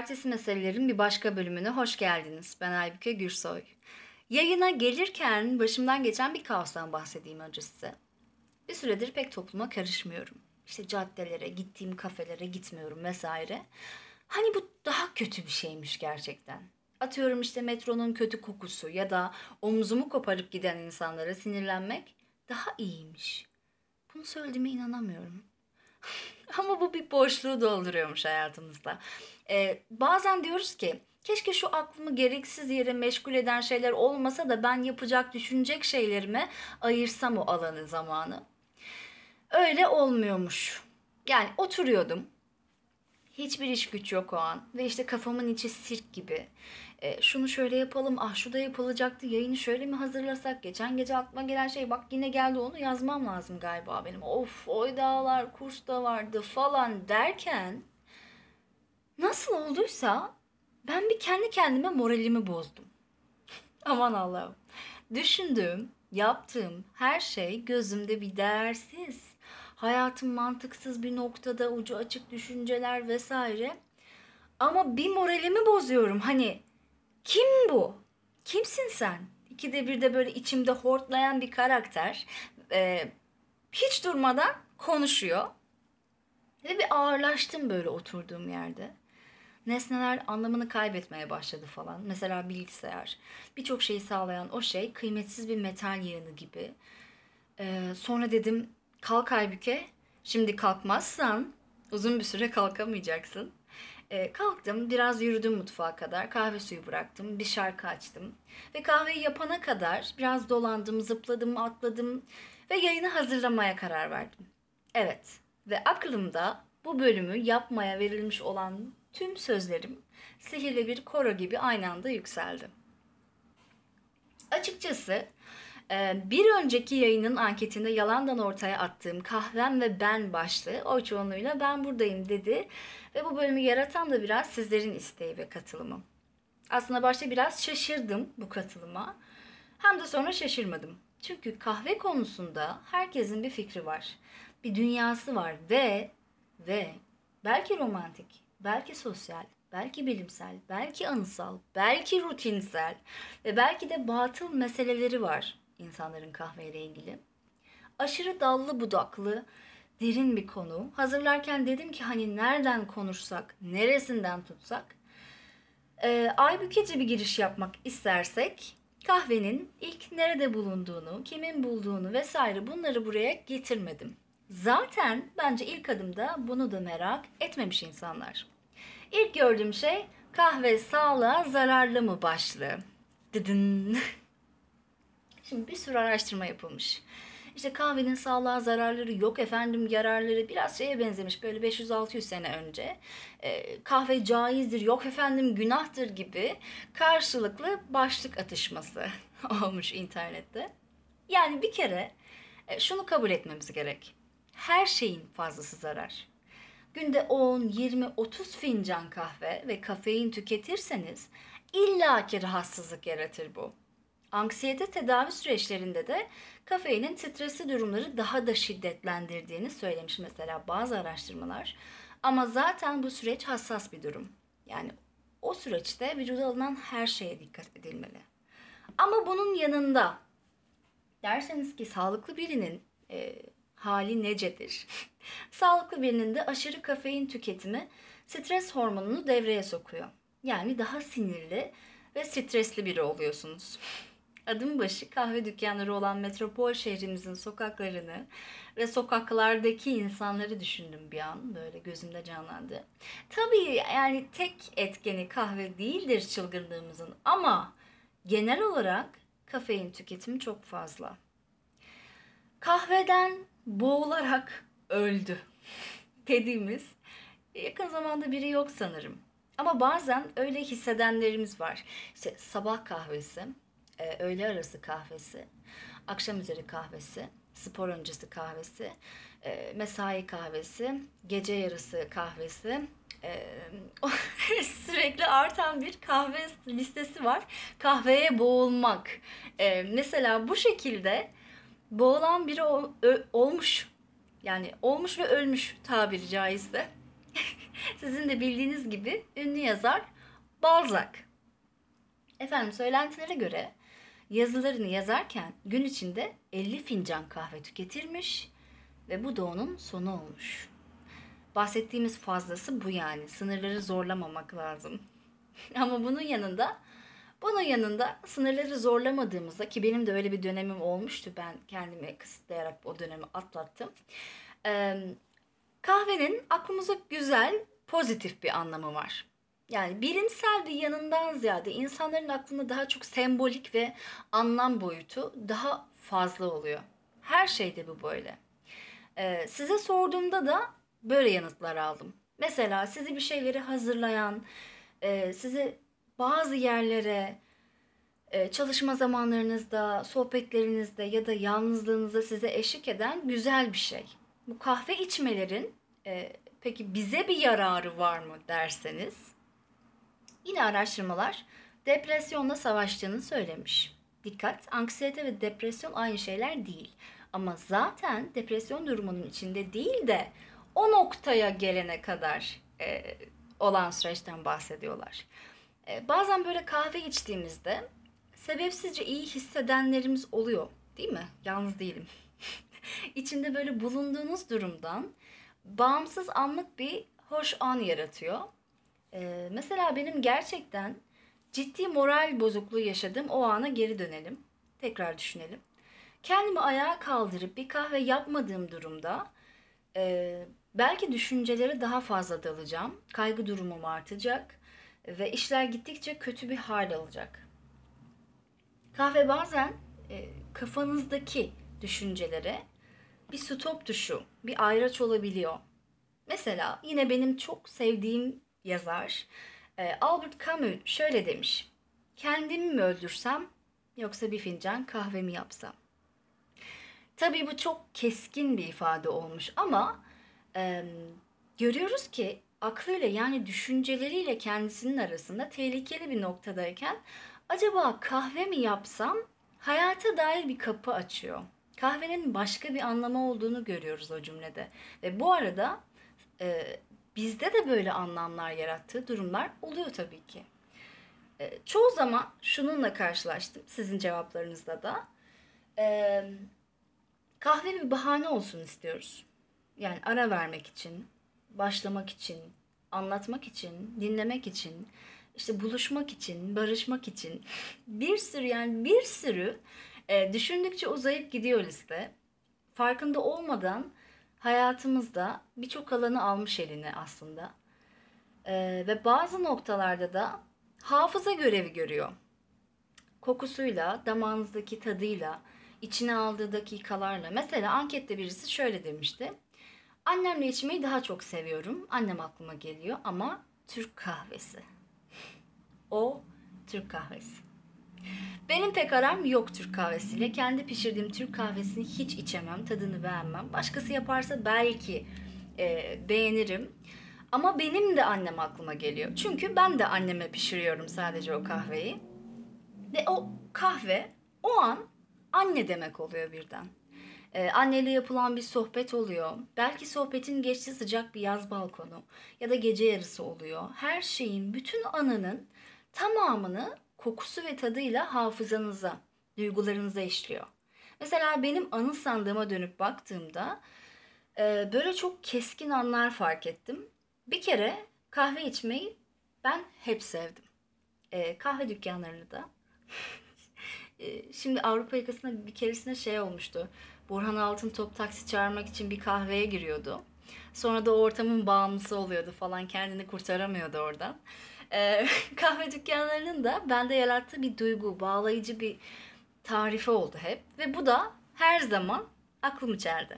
Cumartesi Meselelerin bir başka bölümüne hoş geldiniz. Ben Aybüke Gürsoy. Yayına gelirken başımdan geçen bir kaostan bahsedeyim önce size. Bir süredir pek topluma karışmıyorum. İşte caddelere, gittiğim kafelere gitmiyorum vesaire. Hani bu daha kötü bir şeymiş gerçekten. Atıyorum işte metronun kötü kokusu ya da omzumu koparıp giden insanlara sinirlenmek daha iyiymiş. Bunu söylediğime inanamıyorum. Ama bu bir boşluğu dolduruyormuş hayatımızda. Bazen diyoruz ki keşke şu aklımı gereksiz yere meşgul eden şeyler olmasa da ben yapacak, düşünecek şeylerime ayırsam o alanı, zamanı. Öyle olmuyormuş. Yani oturuyordum. Hiçbir iş güç yok o an. Ve işte kafamın içi sirk gibi. Şunu şöyle yapalım, ah şu da yapılacaktı, yayını şöyle mi hazırlasak? Geçen gece aklıma gelen şey bak yine geldi, onu yazmam lazım galiba benim. Of oy dağlar, kurs da vardı falan derken nasıl olduysa ben bir kendi kendime moralimi bozdum. Aman Allah'ım. Düşündüğüm, yaptığım her şey gözümde bir değersiz. Hayatım mantıksız bir noktada, ucu açık düşünceler vesaire. Ama bir moralimi bozuyorum. Hani kim bu? Kimsin sen? İkide bir de böyle içimde hortlayan bir karakter. Hiç durmadan konuşuyor. Ve bir ağırlaştım böyle oturduğum yerde. Nesneler anlamını kaybetmeye başladı falan. Mesela bilgisayar. Birçok şeyi sağlayan o şey kıymetsiz bir metal yığını gibi. Sonra dedim kalk Aybüke. Şimdi kalkmazsan uzun bir süre kalkamayacaksın. Kalktım, biraz yürüdüm mutfağa kadar, kahve suyu bıraktım, bir şarkı açtım. Ve kahveyi yapana kadar biraz dolandım, zıpladım, atladım ve yayını hazırlamaya karar verdim. Evet, ve aklımda bu bölümü yapmaya verilmiş olan tüm sözlerim sihirli bir koro gibi aynı anda yükseldi. Açıkçası bir önceki yayının anketinde yalandan ortaya attığım kahvem ve ben başlığı oy çoğunluğuyla ben buradayım dedi. Ve bu bölümü yaratan da biraz sizlerin isteği ve katılımı. Aslında başta biraz şaşırdım bu katılıma. Hem de sonra şaşırmadım. Çünkü kahve konusunda herkesin bir fikri var. Bir dünyası var ve belki romantik, belki sosyal, belki bilimsel, belki anısal, belki rutinsel ve belki de batıl meseleleri var insanların kahveyle ilgili. Aşırı dallı budaklı, derin bir konu. Hazırlarken dedim ki hani nereden konuşsak, neresinden tutsak? Aybükece bir giriş yapmak istersek kahvenin ilk nerede bulunduğunu, kimin bulduğunu vesaire bunları buraya getirmedim. Zaten bence ilk adımda bunu da merak etmemiş insanlar. İlk gördüğüm şey kahve sağlığa zararlı mı başlığı. Dıdın. Şimdi bir sürü araştırma yapılmış. İşte kahvenin sağlığa zararları yok efendim, yararları biraz şeye benzemiş böyle 500-600 sene önce. Kahve caizdir, yok efendim günahtır gibi karşılıklı başlık atışması olmuş internette. Yani bir kere şunu kabul etmemiz gerek. Her şeyin fazlası zarar. Günde 10, 20, 30 fincan kahve ve kafein tüketirseniz illaki rahatsızlık yaratır bu. Anksiyete tedavi süreçlerinde de kafeinin stresli durumları daha da şiddetlendirdiğini söylemiş mesela bazı araştırmalar. Ama zaten bu süreç hassas bir durum. Yani o süreçte vücuda alınan her şeye dikkat edilmeli. Ama bunun yanında derseniz ki sağlıklı birinin hali necedir? Sağlıklı birinin de aşırı kafein tüketimi stres hormonunu devreye sokuyor. Yani daha sinirli ve stresli biri oluyorsunuz. Adım başı kahve dükkanları olan metropol şehrimizin sokaklarını ve sokaklardaki insanları düşündüm bir an. Böyle gözümde canlandı. Tabii yani tek etkeni kahve değildir çılgınlığımızın ama genel olarak kafein tüketimi çok fazla. Kahveden boğularak öldü dediğimiz yakın zamanda biri yok sanırım. Ama bazen öyle hissedenlerimiz var. İşte sabah kahvesi, öğle arası kahvesi, akşam üzeri kahvesi, spor öncesi kahvesi, mesai kahvesi, gece yarısı kahvesi. Sürekli artan bir kahve listesi var. Kahveye boğulmak. Mesela bu şekilde boğulan biri olmuş. Yani olmuş ve ölmüş tabiri caizse. Sizin de bildiğiniz gibi ünlü yazar Balzac. Efendim söylentilere göre yazılarını yazarken gün içinde 50 fincan kahve tüketirmiş ve bu da onun sonu olmuş. Bahsettiğimiz fazlası bu yani. Sınırları zorlamamak lazım. Ama bunun yanında sınırları zorlamadığımızda, ki benim de öyle bir dönemim olmuştu. Ben kendimi kısıtlayarak o dönemi atlattım. Kahvenin aklımıza güzel, pozitif bir anlamı var. Yani bilimsel bir yanından ziyade insanların aklında daha çok sembolik ve anlam boyutu daha fazla oluyor. Her şeyde bu böyle. Size sorduğumda da böyle yanıtlar aldım. Mesela sizi bir şeyleri hazırlayan, sizi bazı yerlere, çalışma zamanlarınızda, sohbetlerinizde ya da yalnızlığınızda size eşlik eden güzel bir şey. Bu kahve içmelerin peki bize bir yararı var mı derseniz, yine araştırmalar depresyonla savaştığını söylemiş. Dikkat, anksiyete ve depresyon aynı şeyler değil. Ama zaten depresyon durumunun içinde değil de o noktaya gelene kadar olan süreçten bahsediyorlar. Bazen böyle kahve içtiğimizde sebepsizce iyi hissedenlerimiz oluyor, değil mi? Yalnız değilim. İçinde böyle bulunduğunuz durumdan bağımsız anlık bir hoş an yaratıyor. Mesela benim gerçekten ciddi moral bozukluğu yaşadığım o ana geri dönelim. Tekrar düşünelim. Kendimi ayağa kaldırıp bir kahve yapmadığım durumda belki düşüncelere daha fazla dalacağım. Kaygı durumum artacak ve işler gittikçe kötü bir hal alacak. Kahve bazen kafanızdaki düşüncelere bir stop tuşu, bir ayraç olabiliyor. Mesela yine benim çok sevdiğim yazar Albert Camus şöyle demiş. Kendimi mi öldürsem yoksa bir fincan kahve mi yapsam? Tabii bu çok keskin bir ifade olmuş ama görüyoruz ki aklıyla, yani düşünceleriyle kendisinin arasında tehlikeli bir noktadayken acaba kahve mi yapsam hayata dair bir kapı açıyor. Kahvenin başka bir anlamı olduğunu görüyoruz o cümlede. Ve bu arada bizde de böyle anlamlar yarattığı durumlar oluyor tabii ki. Çoğu zaman şununla karşılaştım sizin cevaplarınızda da. Kahve bir bahane olsun istiyoruz. Yani ara vermek için, başlamak için, anlatmak için, dinlemek için, işte buluşmak için, barışmak için bir sürü düşündükçe uzayıp gidiyor liste. Farkında olmadan hayatımızda birçok alanı almış eline aslında. Ve bazı noktalarda da hafıza görevi görüyor. Kokusuyla, damağınızdaki tadıyla, içine aldığı dakikalarla. Mesela ankette birisi şöyle demişti. Annemle içmeyi daha çok seviyorum. Annem aklıma geliyor ama Türk kahvesi. O Türk kahvesi. Benim pek aram yok Türk kahvesiyle. Kendi pişirdiğim Türk kahvesini hiç içemem, tadını beğenmem. Başkası yaparsa belki beğenirim. Ama benim de annem aklıma geliyor. Çünkü ben de anneme pişiriyorum sadece o kahveyi. Ve o kahve o an anne demek oluyor birden. Anneyle yapılan bir sohbet oluyor. Belki sohbetin geçtiği sıcak bir yaz balkonu ya da gece yarısı oluyor. Her şeyin, bütün anının tamamını kokusu ve tadıyla hafızanıza, duygularınıza işliyor. Mesela benim anı sandığıma dönüp baktığımda böyle çok keskin anlar fark ettim. Bir kere kahve içmeyi ben hep sevdim. Kahve dükkanlarını da. Şimdi Avrupa yakasında bir keresinde şey olmuştu. Burhan Altıntop taksi çağırmak için bir kahveye giriyordu. Sonra da o ortamın bağımlısı oluyordu falan. Kendini kurtaramıyordu oradan. Kahve dükkanlarının da bende yarattığı bir duygu, bağlayıcı bir tarifi oldu hep. Ve bu da her zaman aklım içerdi.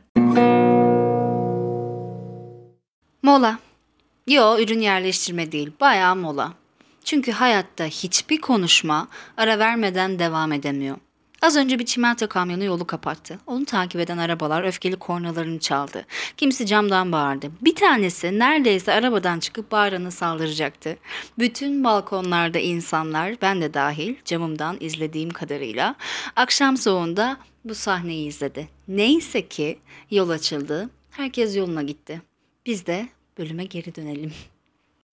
Mola. Yo, ürün yerleştirme değil, bayağı mola. Çünkü hayatta hiçbir konuşma ara vermeden devam edemiyor. Az önce bir çimento kamyonu yolu kapattı. Onu takip eden arabalar öfkeli kornalarını çaldı. Kimisi camdan bağırdı. Bir tanesi neredeyse arabadan çıkıp bağırana saldıracaktı. Bütün balkonlarda insanlar, ben de dahil, camımdan izlediğim kadarıyla akşam soğuğunda bu sahneyi izledi. Neyse ki yol açıldı. Herkes yoluna gitti. Biz de bölüme geri dönelim.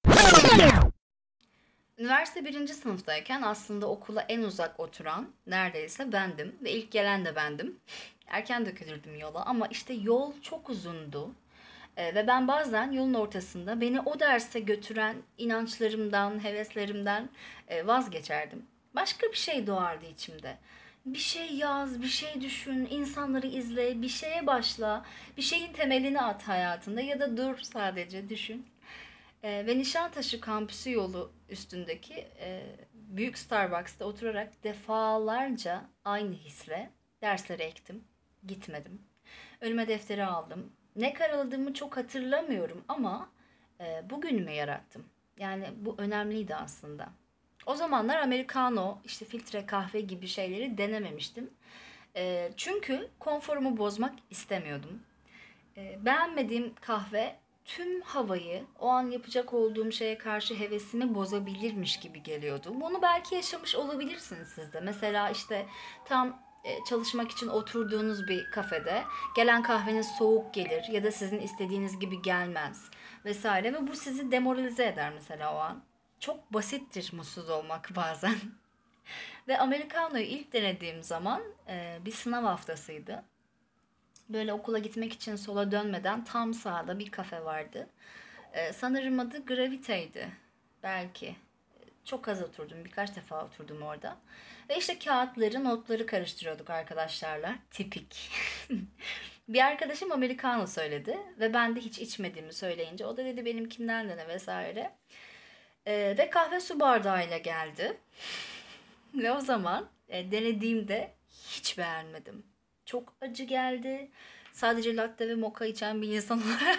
Üniversite birinci sınıftayken aslında okula en uzak oturan neredeyse bendim ve ilk gelen de bendim. Erken dökülürdüm yola ama işte yol çok uzundu. Ve ben bazen yolun ortasında beni o derse götüren inançlarımdan, heveslerimden vazgeçerdim. Başka bir şey doğardı içimde. Bir şey yaz, bir şey düşün, insanları izle, bir şeye başla, bir şeyin temelini at hayatında ya da dur sadece düşün. Ve Nişantaşı kampüsü yolu üstündeki büyük Starbucks'ta oturarak defalarca aynı hisle derslere ektim. Gitmedim. Önüme defteri aldım. Ne karaladığımı çok hatırlamıyorum ama bugünümü yarattım. Yani bu önemliydi aslında. O zamanlar americano, işte filtre kahve gibi şeyleri denememiştim. Çünkü konforumu bozmak istemiyordum. Beğenmediğim kahve tüm havayı, o an yapacak olduğum şeye karşı hevesimi bozabilirmiş gibi geliyordu. Bunu belki yaşamış olabilirsiniz siz de. Mesela işte tam çalışmak için oturduğunuz bir kafede gelen kahveniz soğuk gelir ya da sizin istediğiniz gibi gelmez vesaire ve bu sizi demoralize eder mesela o an. Çok basittir mutsuz olmak bazen. Ve Americano'yu ilk denediğim zaman bir sınav haftasıydı. Böyle okula gitmek için sola dönmeden tam sağda bir kafe vardı. Sanırım adı Gravite'ydi. Belki. Çok az oturdum. Birkaç defa oturdum orada. Ve işte kağıtları, notları karıştırıyorduk arkadaşlarla. Tipik. Bir arkadaşım Americano söyledi. Ve ben de hiç içmediğimi söyleyince o da dedi benimkinden dene vesaire. Ve kahve su bardağıyla geldi. Ve o zaman denediğimde hiç beğenmedim. Çok acı geldi. Sadece latte ve mocha içen bir insan olarak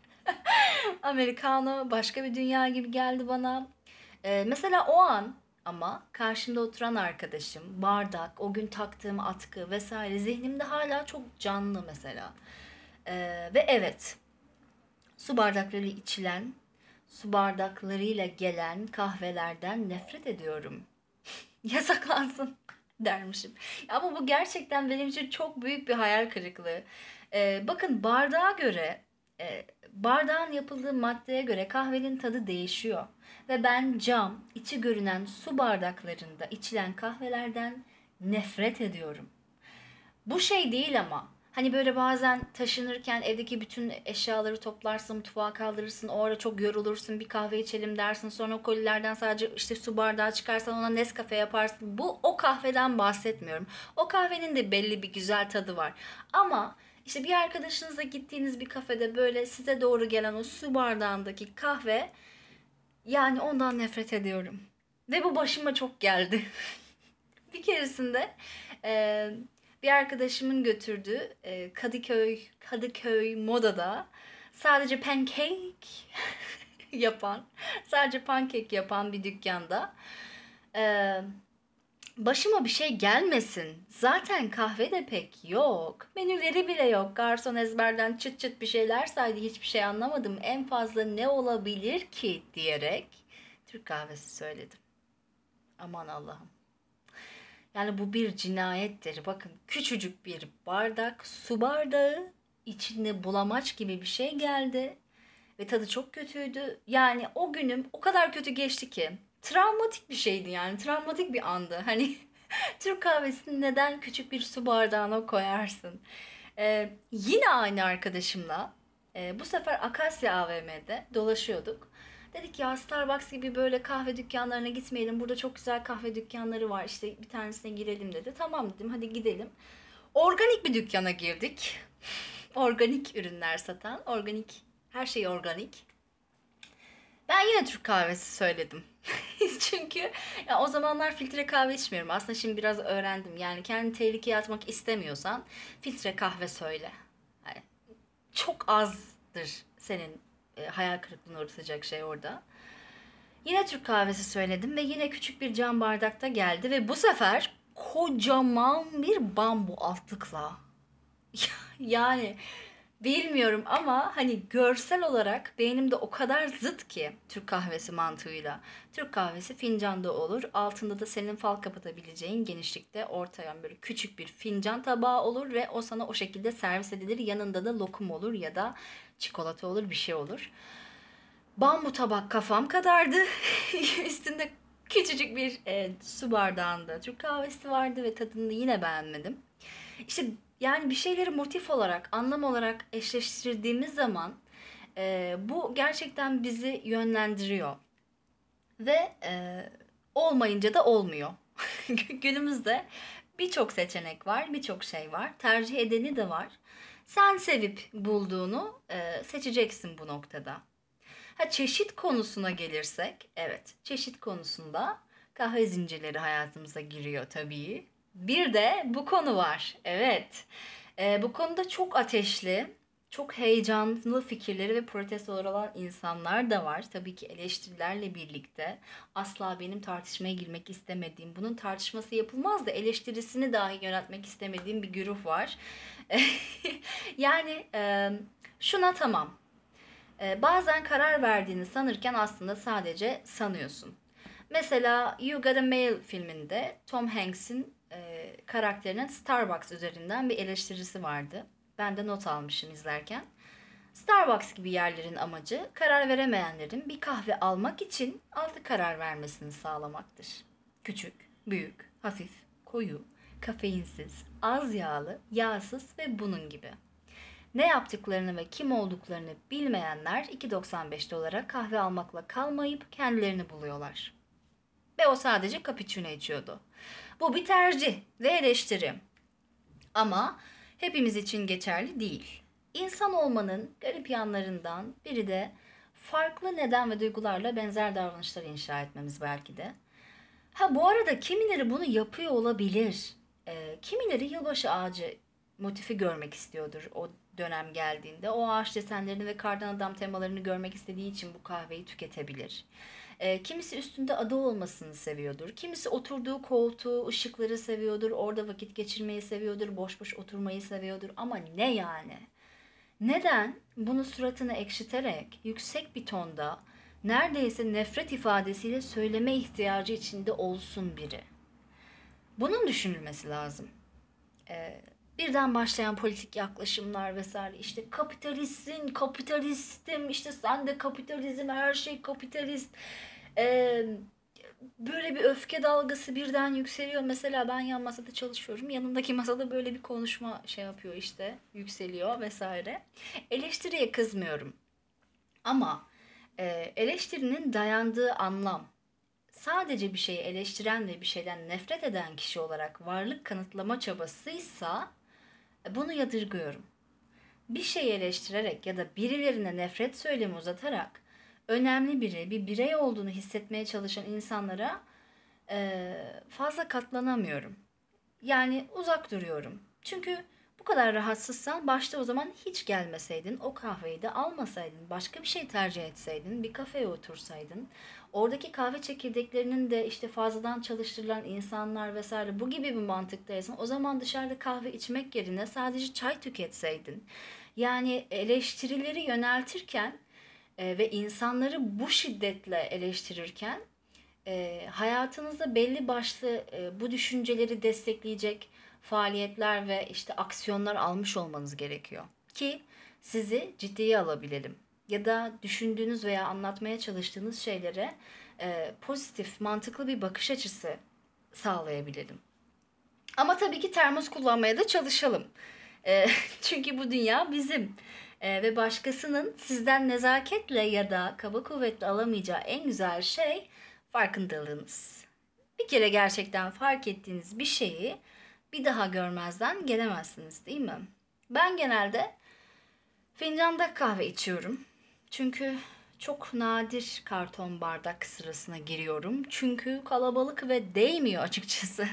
Americano başka bir dünya gibi geldi bana. Mesela o an ama karşımda oturan arkadaşım, bardak, o gün taktığım atkı vesaire zihnimde hala çok canlı mesela. Ve evet, su bardakları içilen, su bardaklarıyla gelen kahvelerden nefret ediyorum. Yasaklansın dermişim. Ama bu gerçekten benim için çok büyük bir hayal kırıklığı. Bakın bardağa göre, bardağın yapıldığı maddeye göre kahvenin tadı değişiyor. Ve ben cam, içi görünen su bardaklarında içilen kahvelerden nefret ediyorum. Bu şey değil ama. Hani böyle bazen taşınırken evdeki bütün eşyaları toplarsın, mutfağa kaldırırsın, o ara çok yorulursun, bir kahve içelim dersin. Sonra o kolilerden sadece işte su bardağı çıkarsan ona Nescafe yaparsın. Bu o kahveden bahsetmiyorum. O kahvenin de belli bir güzel tadı var. Ama işte bir arkadaşınızla gittiğiniz bir kafede böyle size doğru gelen o su bardağındaki kahve yani ondan nefret ediyorum. Ve bu başıma çok geldi. Bir keresinde e, bir arkadaşımın götürdüğü Kadıköy Moda'da sadece pancake yapan, sadece pankek yapan bir dükkanda e, başıma bir şey gelmesin. Zaten kahve de pek yok. Menüleri bile yok. Garson ezberden çıt çıt bir şeyler saydı. Hiçbir şey anlamadım. En fazla ne olabilir ki diyerek Türk kahvesi söyledim. Aman Allah'ım. Yani bu bir cinayettir. Bakın küçücük bir bardak, su bardağı, içinde bulamaç gibi bir şey geldi ve tadı çok kötüydü. Yani o günüm o kadar kötü geçti ki travmatik bir şeydi yani travmatik bir andı. Hani Türk kahvesini neden küçük bir su bardağına koyarsın? Yine aynı arkadaşımla bu sefer Akasya AVM'de dolaşıyorduk. Dedik ya Starbucks gibi böyle kahve dükkanlarına gitmeyelim. Burada çok güzel kahve dükkanları var. İşte bir tanesine girelim dedi. Tamam dedim hadi gidelim. Organik bir dükkana girdik. Organik ürünler satan. Organik. Her şey organik. Ben yine Türk kahvesi söyledim. Çünkü ya o zamanlar filtre kahve içmiyorum. Aslında şimdi biraz öğrendim. Yani kendini tehlikeye atmak istemiyorsan filtre kahve söyle. Yani çok azdır senin hayal kırıklığına uğratacak şey orada. Yine Türk kahvesi söyledim ve yine küçük bir cam bardakta geldi ve bu sefer kocaman bir bambu altlıkla. Yani bilmiyorum ama hani görsel olarak beynimde o kadar zıt ki Türk kahvesi mantığıyla. Türk kahvesi fincanda olur. Altında da senin fal kapatabileceğin genişlikte ortaya böyle küçük bir fincan tabağı olur ve o sana o şekilde servis edilir. Yanında da lokum olur ya da çikolata olur bir şey olur. Bambu tabak kafam kadardı. Üstünde küçücük bir su bardağında Türk kahvesi vardı ve tadını yine beğenmedim. İşte yani bir şeyleri motif olarak, anlam olarak eşleştirdiğimiz zaman bu gerçekten bizi yönlendiriyor. Ve olmayınca da olmuyor. Günümüzde birçok seçenek var, birçok şey var. Tercih edeni de var. Sen sevip bulduğunu seçeceksin bu noktada. Ha, çeşit konusuna gelirsek, evet, çeşit konusunda kahve zincirleri hayatımıza giriyor tabii. Bir de bu konu var, evet. Bu konuda çok ateşli, çok heyecanlı fikirleri ve protestoları olan insanlar da var. Tabii ki eleştirilerle birlikte asla benim tartışmaya girmek istemediğim, bunun tartışması yapılmaz da eleştirisini dahi yöneltmek istemediğim bir güruh var. Yani şuna tamam. Bazen karar verdiğini sanırken aslında sadece sanıyorsun. Mesela You Got a Mail filminde Tom Hanks'in karakterinin Starbucks üzerinden bir eleştirisi vardı. Ben de not almışım izlerken. Starbucks gibi yerlerin amacı karar veremeyenlerin bir kahve almak için altı karar vermesini sağlamaktır. Küçük, büyük, hafif, koyu, kafeinsiz, az yağlı, yağsız ve bunun gibi. Ne yaptıklarını ve kim olduklarını bilmeyenler 2,95 dolara kahve almakla kalmayıp kendilerini buluyorlar. Ve o sadece cappuccino içiyordu. Bu bir tercih ve eleştiri. Ama hepimiz için geçerli değil. İnsan olmanın garip yanlarından biri de farklı neden ve duygularla benzer davranışlar inşa etmemiz belki de. Ha, bu arada kimileri bunu yapıyor olabilir. Kimileri yılbaşı ağacı motifi görmek istiyordur o dönem geldiğinde. O ağaç desenlerini ve kardan adam temalarını görmek istediği için bu kahveyi tüketebilir. Kimisi üstünde adı olmasını seviyordur. Kimisi oturduğu koltuğu, ışıkları seviyordur. Orada vakit geçirmeyi seviyordur. Boş boş oturmayı seviyordur. Ama ne yani? Neden bunu suratını ekşiterek yüksek bir tonda neredeyse nefret ifadesiyle söyleme ihtiyacı içinde olsun biri? Bunun düşünülmesi lazım. Birden başlayan politik yaklaşımlar vesaire, işte kapitalistsin, kapitalistim, işte sen de kapitalizm, her şey kapitalist. Böyle bir öfke dalgası birden yükseliyor. Mesela ben yan masada çalışıyorum. Yanımdaki masada böyle bir konuşma şey yapıyor, işte yükseliyor vesaire. Eleştiriye kızmıyorum. Ama eleştirinin dayandığı anlam, sadece bir şeyi eleştiren ve bir şeyden nefret eden kişi olarak varlık kanıtlama çabasıysa bunu yadırgıyorum. Bir şeyi eleştirerek ya da birilerine nefret söylemi uzatarak önemli biri, bir birey olduğunu hissetmeye çalışan insanlara fazla katlanamıyorum. Yani uzak duruyorum. Çünkü bu kadar rahatsızsan başta o zaman hiç gelmeseydin, o kahveyi de almasaydın, başka bir şey tercih etseydin, bir kafeye otursaydın, oradaki kahve çekirdeklerinin de işte fazladan çalıştırılan insanlar vesaire bu gibi bir mantıktaysan, o zaman dışarıda kahve içmek yerine sadece çay tüketseydin. Yani eleştirileri yöneltirken ve insanları bu şiddetle eleştirirken hayatınızda belli başlı bu düşünceleri destekleyecek faaliyetler ve işte aksiyonlar almış olmanız gerekiyor ki sizi ciddiye alabilelim. Ya da düşündüğünüz veya anlatmaya çalıştığınız şeylere pozitif, mantıklı bir bakış açısı sağlayabilelim. Ama tabii ki termos kullanmaya da çalışalım. Çünkü bu dünya bizim. Ve başkasının sizden nezaketle ya da kaba kuvvetle alamayacağı en güzel şey farkındalığınız. Bir kere gerçekten fark ettiğiniz bir şeyi bir daha görmezden gelemezsiniz, değil mi? Ben genelde fincanda kahve içiyorum. Çünkü çok nadir karton bardak sırasına giriyorum. Çünkü kalabalık ve değmiyor açıkçası.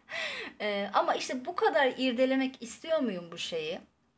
Ama işte bu kadar irdelemek istiyor muyum bu şeyi?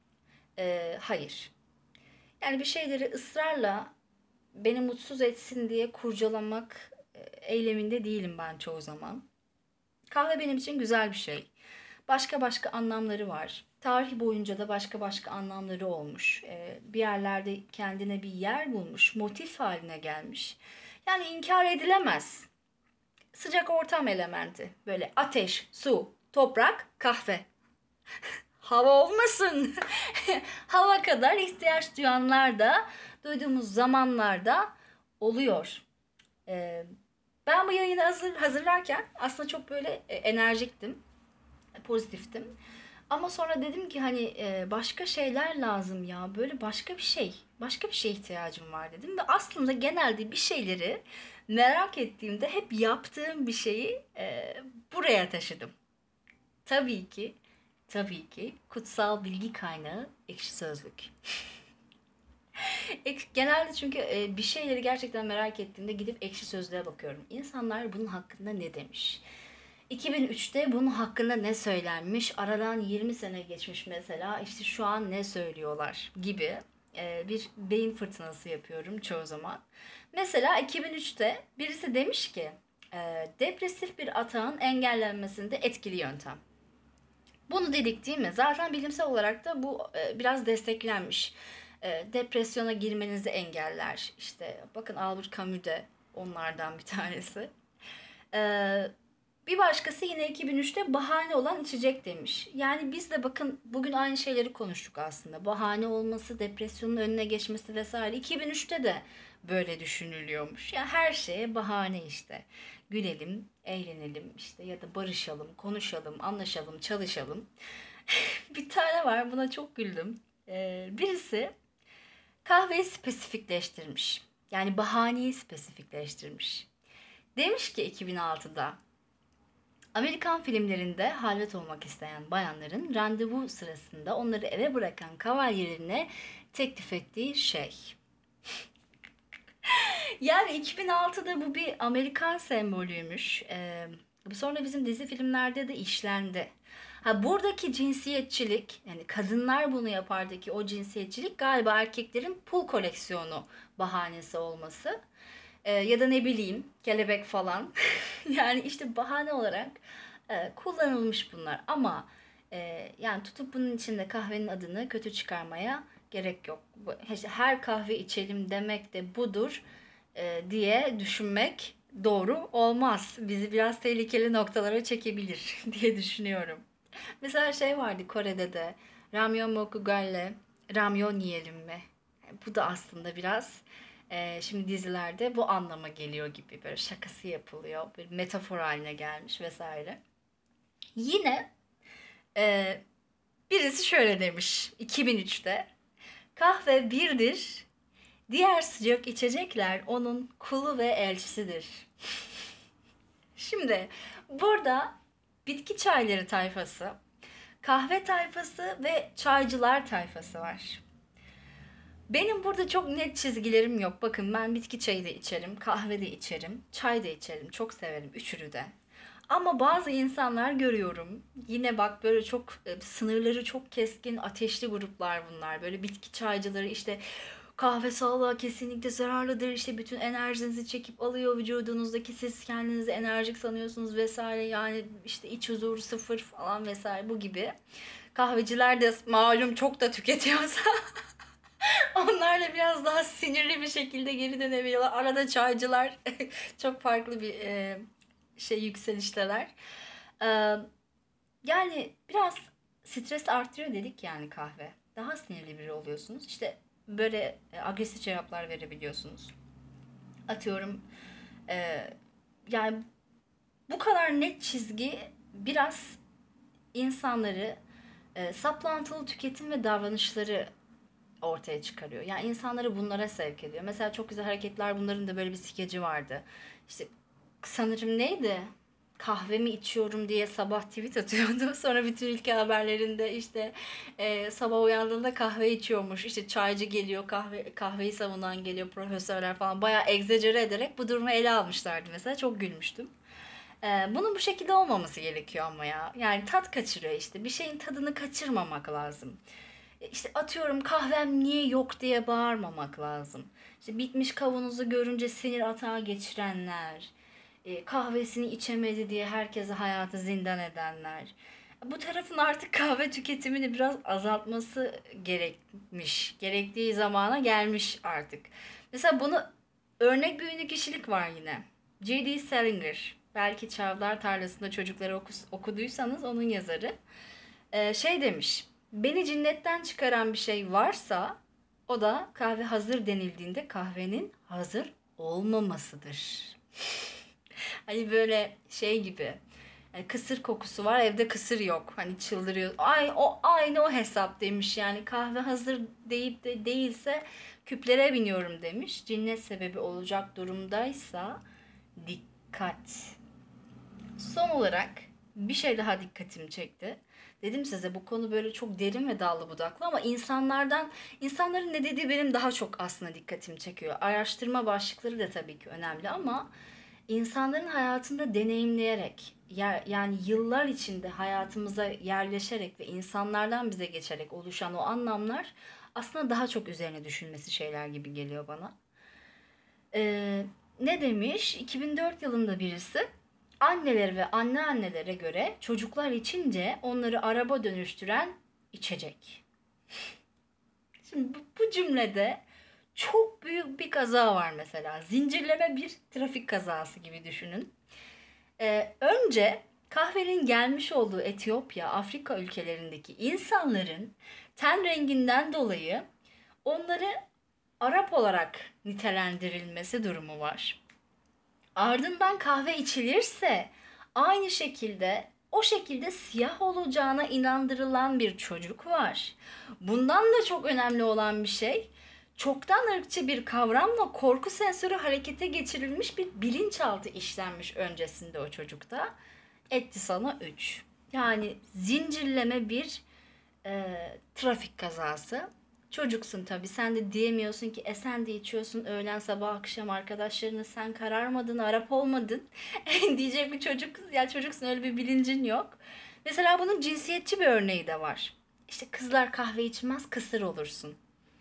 Hayır. Yani bir şeyleri ısrarla beni mutsuz etsin diye kurcalamak eyleminde değilim ben çoğu zaman. Kahve benim için güzel bir şey. Başka başka anlamları var. Tarih boyunca da başka başka anlamları olmuş. Bir yerlerde kendine bir yer bulmuş, motif haline gelmiş. Yani inkar edilemez. Sıcak ortam elementi. Böyle ateş, su, toprak, kahve. Hava olmasın. Hava kadar ihtiyaç duyanlar da duyduğumuz zamanlarda oluyor. Ee, Ben bu yayını hazırlarken aslında çok böyle enerjiktim, pozitiftim. Ama sonra dedim ki hani başka şeyler lazım ya. Böyle başka bir şeye ihtiyacım var dedim. Ve aslında genelde bir şeyleri merak ettiğimde hep yaptığım bir şeyi buraya taşıdım. Tabii ki, tabii ki kutsal bilgi kaynağı Ekşi Sözlük. Genelde çünkü bir şeyleri gerçekten merak ettiğimde gidip Ekşi Sözlüğe bakıyorum. İnsanlar bunun hakkında ne demiş? 2003'te bunun hakkında ne söylenmiş? Aradan 20 sene geçmiş mesela. İşte şu an ne söylüyorlar gibi bir beyin fırtınası yapıyorum çoğu zaman. Mesela 2003'te birisi demiş ki depresif bir atağın engellenmesinde etkili yöntem. Bunu dedik değil mi? Zaten bilimsel olarak da bu biraz desteklenmiş. Depresyona girmenizi engeller. İşte bakın Albert Camus de onlardan bir tanesi. E, Bir başkası yine 2003'te bahane olan içecek demiş. Yani biz de bakın bugün aynı şeyleri konuştuk aslında. Bahane olması, depresyonun önüne geçmesi vesaire. 2003'te de böyle düşünülüyormuş. Yani her şeye bahane işte. Gülelim, eğlenelim işte ya da barışalım, konuşalım, anlaşalım, çalışalım. Bir tane var, buna çok güldüm. Birisi kahveyi spesifikleştirmiş. Yani bahaneyi spesifikleştirmiş. Demiş ki 2006'da Amerikan filmlerinde halvet olmak isteyen bayanların randevu sırasında onları eve bırakan kavalyelerine teklif ettiği şey. Yani 2006'da bu bir Amerikan sembolüymüş. Bu sonra bizim dizi filmlerde de işlendi. Ha, buradaki cinsiyetçilik, yani kadınlar bunu yapardaki o cinsiyetçilik galiba erkeklerin pul koleksiyonu bahanesi olması. Ya da ne bileyim kelebek falan. Yani işte bahane olarak kullanılmış bunlar. Ama yani tutup bunun içinde kahvenin adını kötü çıkarmaya gerek yok. İşte her kahve içelim demek de budur diye düşünmek doğru olmaz. Bizi biraz tehlikeli noktalara çekebilir diye düşünüyorum. Mesela şey vardı Kore'de de Ramyeon Mokugal'le Ramyeon yiyelim mi? Bu da aslında biraz şimdi dizilerde bu anlama geliyor gibi böyle şakası yapılıyor. Bir metafor haline gelmiş vesaire. Yine e, birisi şöyle demiş 2003'te. Kahve birdir, diğer sıcak içecekler onun kulu ve elçisidir. Şimdi burada bitki çayları tayfası, kahve tayfası ve çaycılar tayfası var. Benim burada çok net çizgilerim yok. Bakın ben bitki çayı da içerim, kahve de içerim, çay da içerim. Çok severim üçünü de. Ama bazı insanlar görüyorum. Yine bak böyle çok sınırları çok keskin ateşli gruplar bunlar. Böyle bitki çaycıları işte kahve sağlığa kesinlikle zararlıdır. İşte bütün enerjinizi çekip alıyor vücudunuzdaki siz kendinizi enerjik sanıyorsunuz vesaire. Yani işte iç huzuru sıfır falan vesaire bu gibi. Kahveciler de malum çok da tüketiyorsa onlarla biraz daha sinirli bir şekilde geri dönebiliyorlar. Arada çaycılar çok farklı bir yükselişteler. Ee, Yani biraz stres artırıyor dedik yani kahve. Daha sinirli biri oluyorsunuz. İşte böyle agresif cevaplar verebiliyorsunuz. Atıyorum e, yani bu kadar net çizgi biraz insanları saplantılı tüketim ve davranışları ortaya çıkarıyor. Yani insanları bunlara sevk ediyor. Mesela çok güzel hareketler bunların da böyle bir skeci vardı. İşte sanırım neydi? Kahve mi içiyorum diye sabah tweet atıyordu. Sonra bütün ülke haberlerinde işte sabah uyandığında kahve içiyormuş. İşte çaycı geliyor, kahveyi savunan geliyor, profesörler falan bayağı egzajere ederek bu durumu ele almışlardı mesela. Çok gülmüştüm. Bunun bu şekilde olmaması gerekiyor ama ya. Yani tat kaçırıyor işte. Bir şeyin tadını kaçırmamak lazım. İşte atıyorum kahvem niye yok diye bağırmamak lazım. İşte bitmiş kavanozu görünce sinir atağı geçirenler, kahvesini içemedi diye herkese hayatı zindan edenler. Bu tarafın artık kahve tüketimini biraz azaltması gerekmiş. Gerektiği zamana gelmiş artık. Mesela bunu örnek bir ünlü kişilik var yine. J.D. Salinger. Belki Çavdar Tarlası'nda çocukları okuduysanız onun yazarı. Şey demiş. Beni cinnetten çıkaran bir şey varsa o da kahve hazır denildiğinde kahvenin hazır olmamasıdır. Hani böyle şey gibi. Yani kısır kokusu var, evde kısır yok. Hani çıldırıyor. Aynı o hesap demiş. Yani kahve hazır deyip de değilse küplere biniyorum demiş. Cinnet sebebi olacak durumdaysa dikkat. Son olarak bir şey daha dikkatimi çekti. Dedim size bu konu böyle çok derin ve dallı budaklı ama insanların ne dediği benim daha çok aslında dikkatimi çekiyor. Araştırma başlıkları da tabii ki önemli ama insanların hayatında deneyimleyerek, yani yıllar içinde hayatımıza yerleşerek ve insanlardan bize geçerek oluşan o anlamlar aslında daha çok üzerine düşünmesi şeyler gibi geliyor bana. Ne demiş? 2004 yılında birisi anneler ve anneannelere göre çocuklar içince onları araba dönüştüren içecek. Şimdi bu cümlede çok büyük bir kaza var mesela. Zincirleme bir trafik kazası gibi düşünün. Önce kahvenin gelmiş olduğu Etiyopya, Afrika ülkelerindeki insanların ten renginden dolayı onları Arap olarak nitelendirilmesi durumu var. Ardından kahve içilirse aynı şekilde o şekilde siyah olacağına inandırılan bir çocuk var. Bundan da çok önemli olan bir şey, çoktan ırkçı bir kavramla korku sensörü harekete geçirilmiş bir bilinçaltı işlenmiş öncesinde o çocukta. Etti sana 3. Yani zincirleme bir trafik kazası. Çocuksun tabii. Sen de diyemiyorsun ki sen de içiyorsun öğlen sabah akşam arkadaşlarına, sen kararmadın, Arap olmadın. Diyecek bir çocuk, ya çocuksun, öyle bir bilincin yok. Mesela bunun cinsiyetçi bir örneği de var. İşte kızlar kahve içmez, kısır olursun.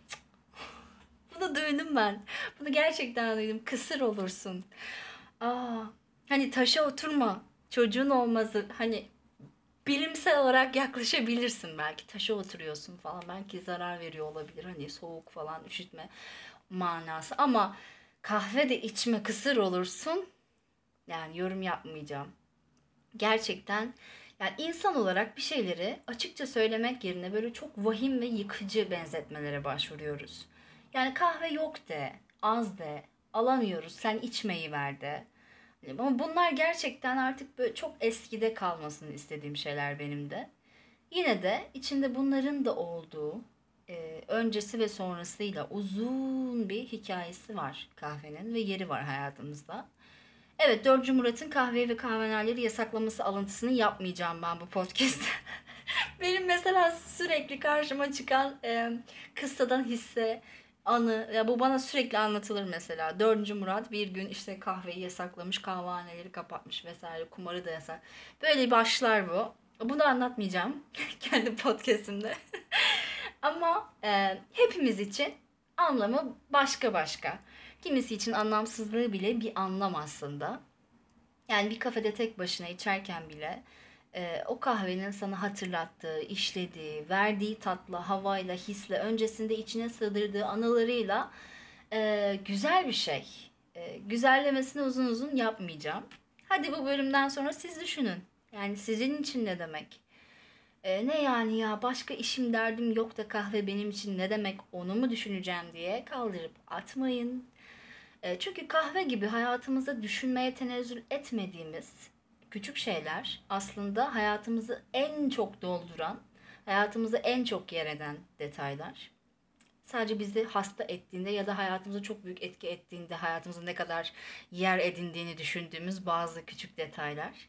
Bunu duydum ben. Bunu gerçekten duydum. Kısır olursun. Aa, hani taşa oturma. Çocuğun olmazı, hani bilimsel olarak yaklaşabilirsin, belki taşa oturuyorsun falan, belki zarar veriyor olabilir, hani soğuk falan, üşütme manası, ama kahve de içme, kısır olursun, yani yorum yapmayacağım. Gerçekten yani insan olarak bir şeyleri açıkça söylemek yerine böyle çok vahim ve yıkıcı benzetmelere başvuruyoruz. Yani kahve yok de, az de, alamıyoruz, sen içmeyi ver de. Ama bunlar gerçekten artık böyle çok eskide kalmasını istediğim şeyler benim de. Yine de içinde bunların da olduğu, öncesi ve sonrasıyla uzun bir hikayesi var kahvenin ve yeri var hayatımızda. Evet, 4. Murat'ın kahveyi ve kahvehaneleri yasaklaması alıntısını yapmayacağım ben bu podcast'te. Benim mesela sürekli karşıma çıkan kıssadan hisse, anı, ya bu bana sürekli anlatılır mesela. 4. Murat bir gün işte kahveyi yasaklamış, kahvehaneleri kapatmış vesaire, kumarı da yasak. Böyle başlar bu. Bunu anlatmayacağım kendi podcast'imde. Ama hepimiz için anlamı başka başka. Kimisi için anlamsızlığı bile bir anlam aslında. Yani bir kafede tek başına içerken bile o kahvenin sana hatırlattığı, işlediği, verdiği tatla, havayla, hisle, öncesinde içine sığdırdığı anılarıyla güzel bir şey. Güzellemesini uzun uzun yapmayacağım. Hadi bu bölümden sonra siz düşünün. Yani sizin için ne demek? Ne yani ya, başka işim derdim yok da kahve benim için ne demek, onu mu düşüneceğim diye kaldırıp atmayın. Çünkü kahve gibi hayatımızda düşünmeye tenezzül etmediğimiz küçük şeyler aslında hayatımızı en çok dolduran, hayatımızı en çok yer eden detaylar. Sadece bizi hasta ettiğinde ya da hayatımıza çok büyük etki ettiğinde hayatımızda ne kadar yer edindiğini düşündüğümüz bazı küçük detaylar.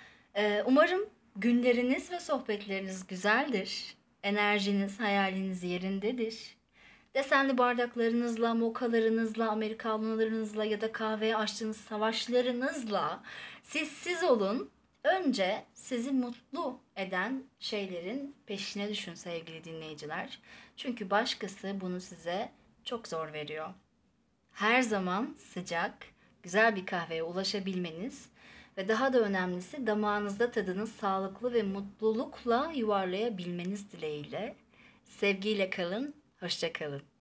Umarım günleriniz ve sohbetleriniz güzeldir. Enerjiniz, hayaliniz yerindedir. Desenli bardaklarınızla, mokalarınızla, americanolarınızla ya da kahveye açtığınız savaşlarınızla siz olun. Önce sizi mutlu eden şeylerin peşine düşün sevgili dinleyiciler. Çünkü başkası bunu size çok zor veriyor. Her zaman sıcak, güzel bir kahveye ulaşabilmeniz ve daha da önemlisi damağınızda tadını sağlıklı ve mutlulukla yuvarlayabilmeniz dileğiyle. Sevgiyle kalın, hoşça kalın.